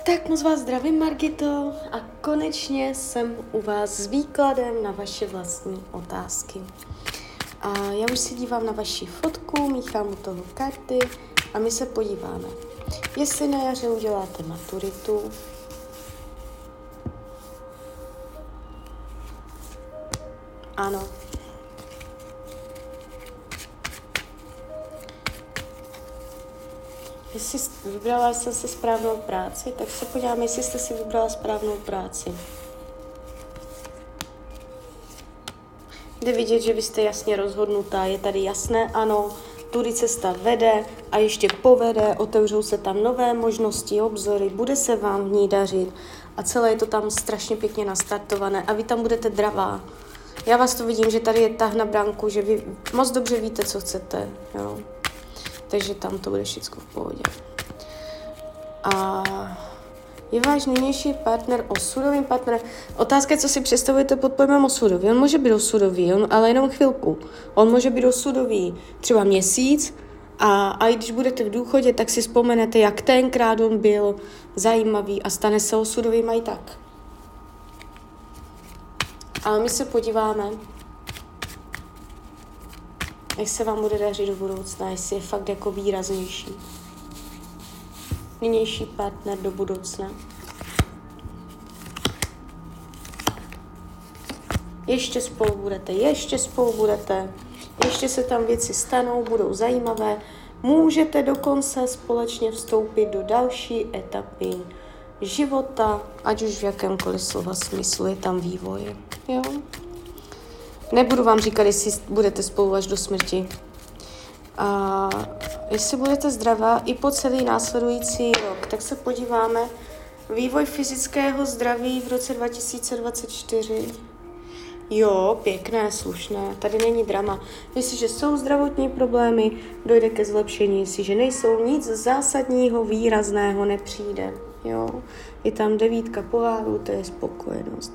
Tak moc vás zdravím, Margito, a konečně jsem u vás s výkladem na vaše vlastní otázky. A já už si dívám na vaši fotku, míchám u toho karty a my se podíváme, jestli na jaře uděláte maturitu, ano. Jestli vybrala jsem si správnou práci, tak se podíváme, jestli jste si vybrala správnou práci. Jde vidět, že vy jste jasně rozhodnutá, je tady jasné ano, tudy cesta vede a ještě povede, otevřou se tam nové možnosti, obzory, bude se vám v ní dařit a celé je to tam strašně pěkně nastartované a vy tam budete dravá. Já vás to vidím, že tady je tah na branku, že vy moc dobře víte, co chcete, jo. Takže tam to bude všechno v pohodě. A je váš nynější partner osudovým partnerem? Otázka je, co si představujete pod pojmem osudový. On může být osudový, ale jenom chvilku. On může být osudový třeba měsíc a i když budete v důchodě, tak si vzpomenete, jak tenkrát on byl zajímavý a stane se osudovým i tak. Ale my se podíváme, jak se vám bude dařit do budoucna, jestli je fakt jako výraznější. Nynější partner do budoucna. Ještě spolu budete, ještě se tam věci stanou, budou zajímavé. Můžete dokonce společně vstoupit do další etapy života, ať už v jakémkoliv slova smyslu je tam vývoj. Jo? Nebudu vám říkat, jestli budete spolu až do smrti. A jestli budete zdravá i po celý následující rok, tak se podíváme vývoj fyzického zdraví v roce 2024. Jo, pěkné, slušné, tady není drama. Jestliže jsou zdravotní problémy, dojde ke zlepšení. Jestliže nejsou, nic zásadního, výrazného nepřijde. Jo? Je tam 9 pohárů, to je spokojenost.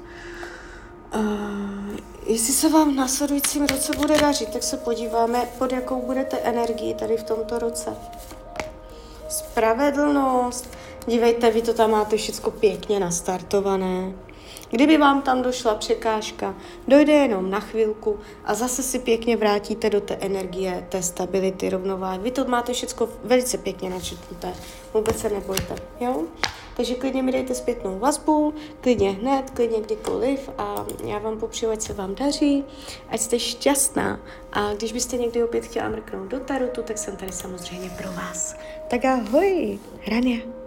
Jestli se vám v následujícím roce bude dařit, tak se podíváme, pod jakou budete energii tady v tomto roce. Spravedlnost. Dívejte, vy to tam máte všechno pěkně nastartované. Kdyby vám tam došla překážka, dojde jenom na chvilku a zase si pěkně vrátíte do té energie, té stability, rovnováhy. Vy to máte všechno velice pěkně načetnuté. Vůbec se nebojte, jo? Takže klidně mi dejte zpětnou vazbu, klidně hned, klidně kdykoliv a já vám popřeju, ať se vám daří, ať jste šťastná. A když byste někdy opět chtěla mrknout do tarotu, tak jsem tady samozřejmě pro vás. Tak ahoj, Rania.